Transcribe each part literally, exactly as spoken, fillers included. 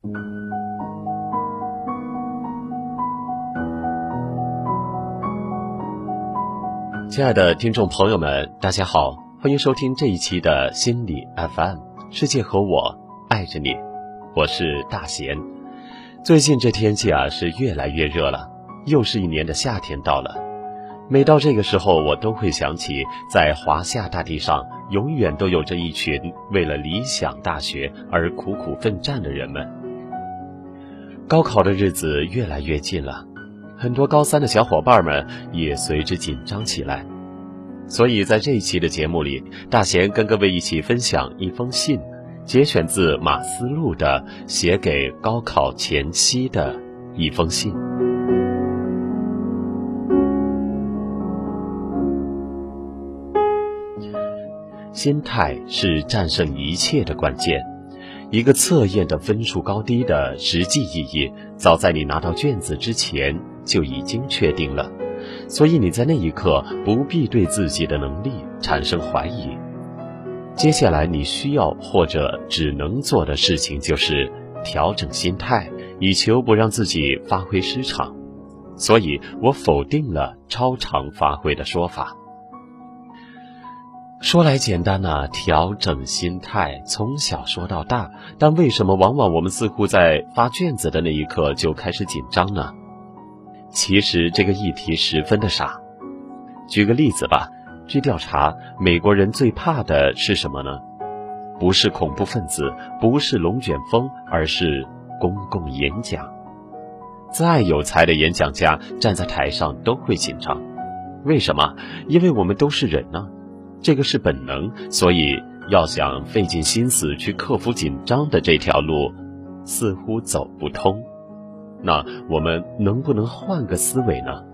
亲爱的听众朋友们，大家好，欢迎收听这一期的心理 F M， 世界和我爱着你，我是大贤。最近这天气啊是越来越热了，又是一年的夏天到了。每到这个时候，我都会想起在华夏大地上永远都有着一群为了理想大学而苦苦奋战的人们。高考的日子越来越近了，很多高三的小伙伴们也随之紧张起来。所以在这一期的节目里，大贤跟各位一起分享一封信，节选自马思路的《写给高考前夕的一封信》。心态是战胜一切的关键。一个测验的分数高低的实际意义，早在你拿到卷子之前就已经确定了，所以你在那一刻不必对自己的能力产生怀疑。接下来你需要或者只能做的事情就是调整心态，以求不让自己发挥失常。所以我否定了超常发挥的说法。说来简单啊，调整心态从小说到大，但为什么往往我们似乎在发卷子的那一刻就开始紧张呢？其实这个议题十分的傻。举个例子吧，据调查，美国人最怕的是什么呢？不是恐怖分子，不是龙卷风，而是公共演讲。再有才的演讲家站在台上都会紧张。为什么？因为我们都是人呢。这个是本能，所以要想费尽心思去克服紧张的这条路，似乎走不通。那我们能不能换个思维呢？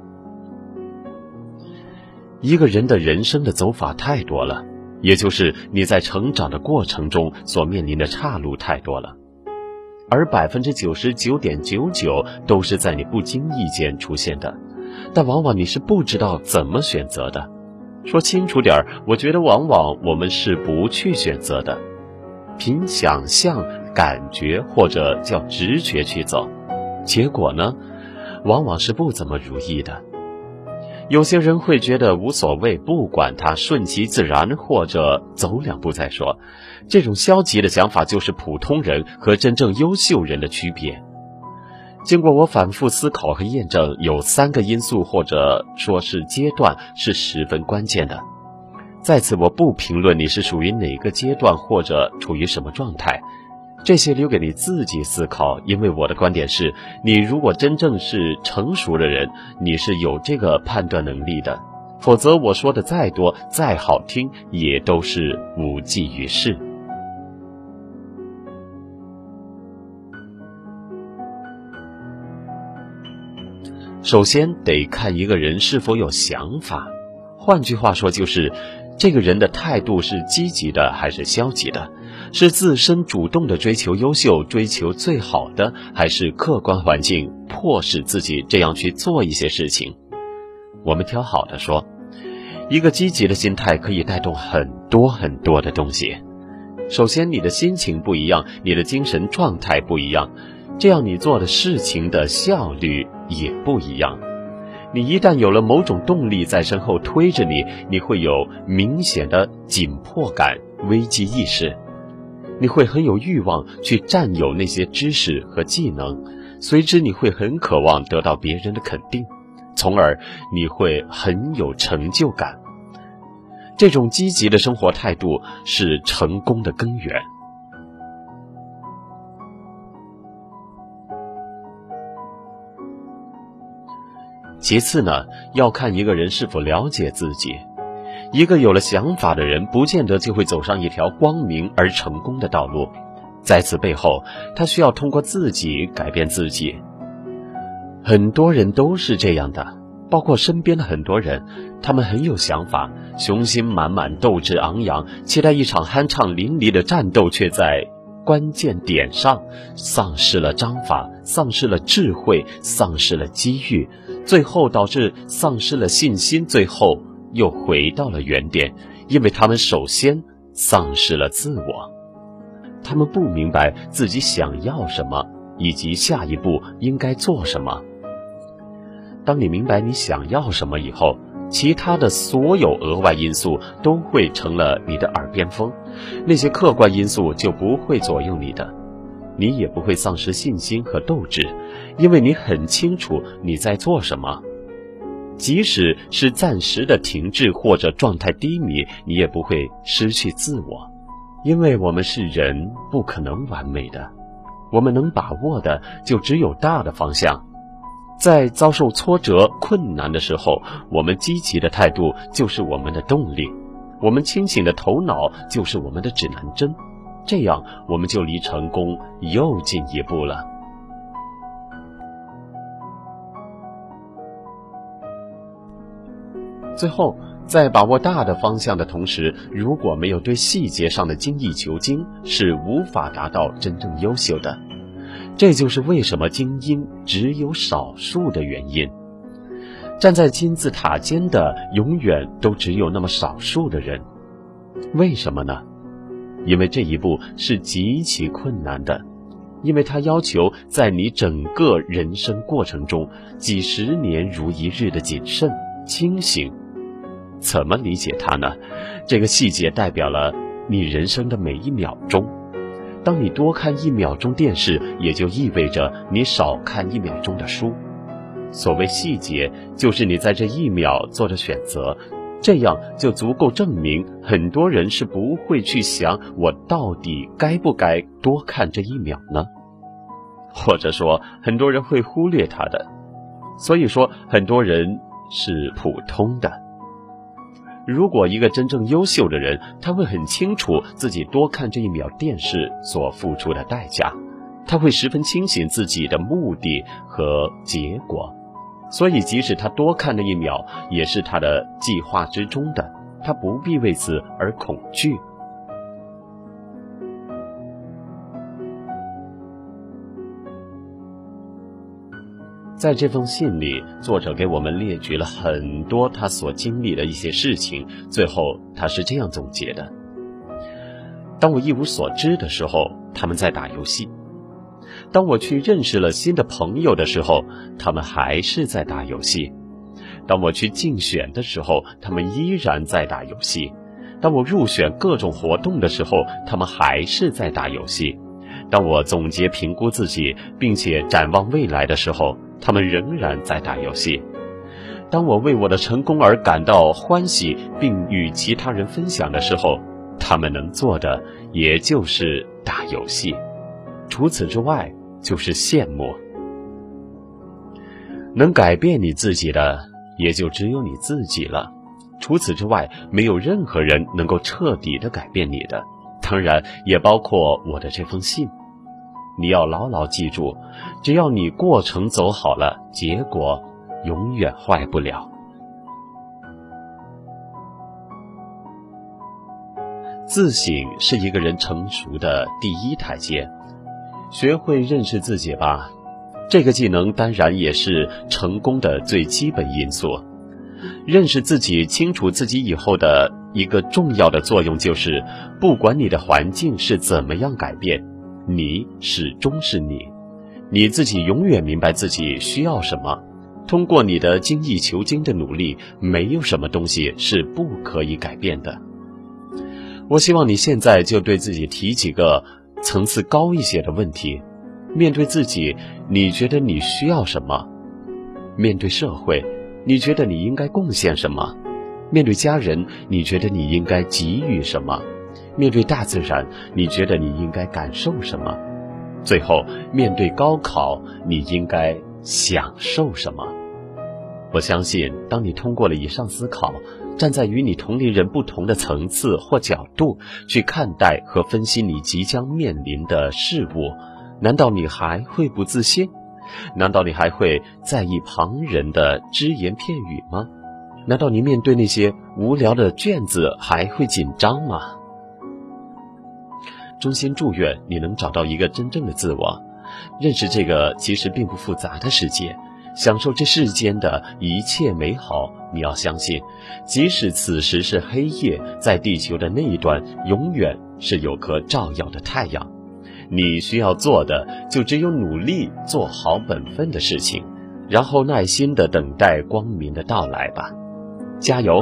一个人的人生的走法太多了，也就是你在成长的过程中所面临的岔路太多了，而 百分之九十九点九九 都是在你不经意间出现的，但往往你是不知道怎么选择的。说清楚点儿，我觉得往往我们是不去选择的，凭想象、感觉或者叫直觉去走，结果呢，往往是不怎么如意的。有些人会觉得无所谓，不管它，顺其自然，或者走两步再说。这种消极的想法就是普通人和真正优秀人的区别。经过我反复思考和验证，有三个因素或者说是阶段是十分关键的。在此我不评论你是属于哪个阶段或者处于什么状态，这些留给你自己思考，因为我的观点是，你如果真正是成熟的人，你是有这个判断能力的，否则我说的再多再好听也都是无济于事。首先得看一个人是否有想法，换句话说就是这个人的态度是积极的还是消极的，是自身主动的追求优秀，追求最好的，还是客观环境迫使自己这样去做一些事情。我们挑好的说，一个积极的心态可以带动很多很多的东西。首先你的心情不一样，你的精神状态不一样，这样你做的事情的效率也不一样。你一旦有了某种动力在身后推着你，你会有明显的紧迫感、危机意识，你会很有欲望去占有那些知识和技能，随之你会很渴望得到别人的肯定，从而你会很有成就感。这种积极的生活态度是成功的根源。其次呢，要看一个人是否了解自己。一个有了想法的人，不见得就会走上一条光明而成功的道路，在此背后，他需要通过自己改变自己。很多人都是这样的，包括身边的很多人，他们很有想法，雄心满满，斗志昂扬，期待一场酣畅淋漓的战斗，却在关键点上丧失了章法，丧失了智慧，丧失了机遇，最后导致丧失了信心，最后又回到了原点，因为他们首先丧失了自我。他们不明白自己想要什么， 以及下一步应该做什么。当你明白你想要什么以后，其他的所有额外因素都会成了你的耳边风，那些客观因素就不会左右你的，你也不会丧失信心和斗志，因为你很清楚你在做什么。即使是暂时的停滞或者状态低迷，你也不会失去自我，因为我们是人，不可能完美的，我们能把握的就只有大的方向。在遭受挫折困难的时候，我们积极的态度就是我们的动力，我们清醒的头脑就是我们的指南针，这样我们就离成功又进一步了。最后，在把握大的方向的同时，如果没有对细节上的精益求精，是无法达到真正优秀的。这就是为什么精英只有少数的原因。站在金字塔尖的永远都只有那么少数的人。为什么呢？因为这一步是极其困难的，因为它要求在你整个人生过程中几十年如一日的谨慎清醒。怎么理解它呢？这个细节代表了你人生的每一秒钟。当你多看一秒钟电视，也就意味着你少看一秒钟的书。所谓细节，就是你在这一秒做的选择，这样就足够证明很多人是不会去想我到底该不该多看这一秒呢？或者说很多人会忽略它的。所以说很多人是普通的。如果一个真正优秀的人，他会很清楚自己多看这一秒电视所付出的代价，他会十分清醒自己的目的和结果，所以即使他多看那一秒，也是他的计划之中的，他不必为此而恐惧。在这封信里，作者给我们列举了很多他所经历的一些事情，最后他是这样总结的：当我一无所知的时候，他们在打游戏；当我去认识了新的朋友的时候，他们还是在打游戏；当我去竞选的时候，他们依然在打游戏；当我入选各种活动的时候，他们还是在打游戏；当我总结评估自己并且展望未来的时候，他们仍然在打游戏。当我为我的成功而感到欢喜并与其他人分享的时候，他们能做的也就是打游戏，除此之外就是羡慕。能改变你自己的也就只有你自己了，除此之外没有任何人能够彻底的改变你的，当然也包括我的这封信。你要牢牢记住，只要你过程走好了，结果永远坏不了。自省是一个人成熟的第一台阶，学会认识自己吧。这个技能当然也是成功的最基本因素。认识自己、清楚自己以后的一个重要的作用就是，不管你的环境是怎么样改变，你始终是你，你自己永远明白自己需要什么。通过你的精益求精的努力，没有什么东西是不可以改变的。我希望你现在就对自己提几个层次高一些的问题。面对自己，你觉得你需要什么？面对社会，你觉得你应该贡献什么？面对家人，你觉得你应该给予什么？面对大自然，你觉得你应该感受什么？最后，面对高考，你应该享受什么？我相信，当你通过了以上思考，站在与你同龄人不同的层次或角度去看待和分析你即将面临的事物，难道你还会不自信？难道你还会在意旁人的只言片语吗？难道你面对那些无聊的卷子还会紧张吗？衷心祝愿你能找到一个真正的自我，认识这个其实并不复杂的世界，享受这世间的一切美好。你要相信，即使此时是黑夜，在地球的那一端永远是有颗照耀的太阳。 你需要做的就只有努力做好本分的事情，然后耐心地等待光明的到来吧。加油！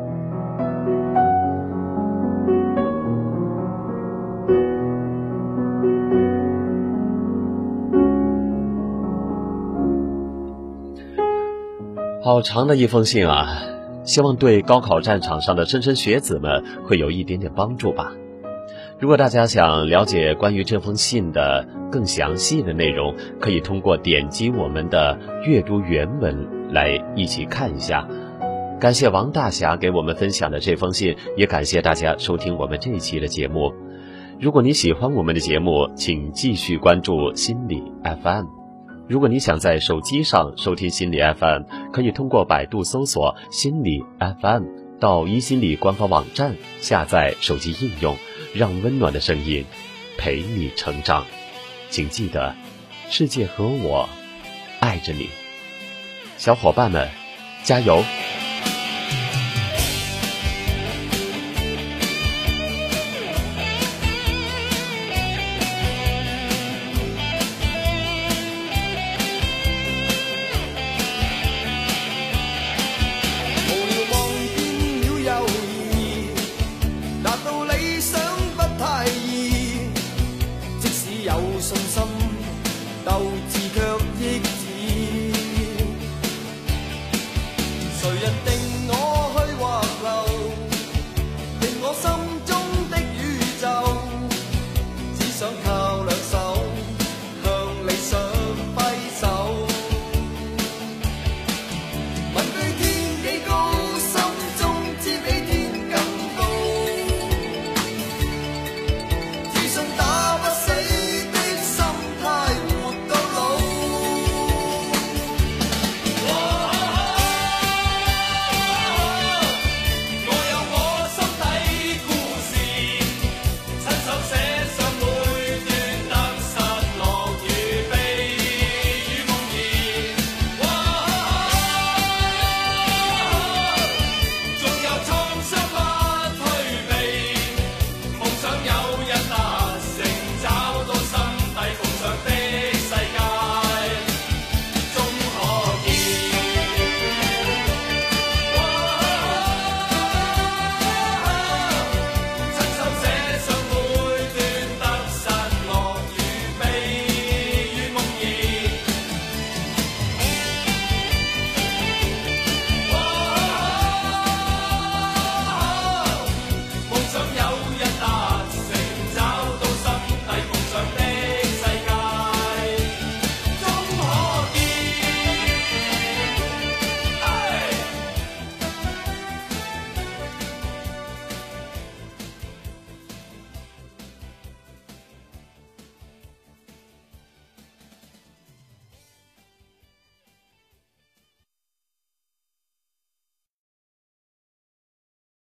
好长的一封信啊，希望对高考战场上的莘莘学子们会有一点点帮助吧。如果大家想了解关于这封信的更详细的内容，可以通过点击我们的阅读原文来一起看一下。感谢王大侠给我们分享的这封信，也感谢大家收听我们这一期的节目。如果你喜欢我们的节目，请继续关注心理 F M。如果你想在手机上收听心理 F M， 可以通过百度搜索心理 F M， 到一心理官方网站下载手机应用，让温暖的声音陪你成长。请记得，世界和我爱着你。小伙伴们，加油！ 信心鬥志卻抑止，誰人定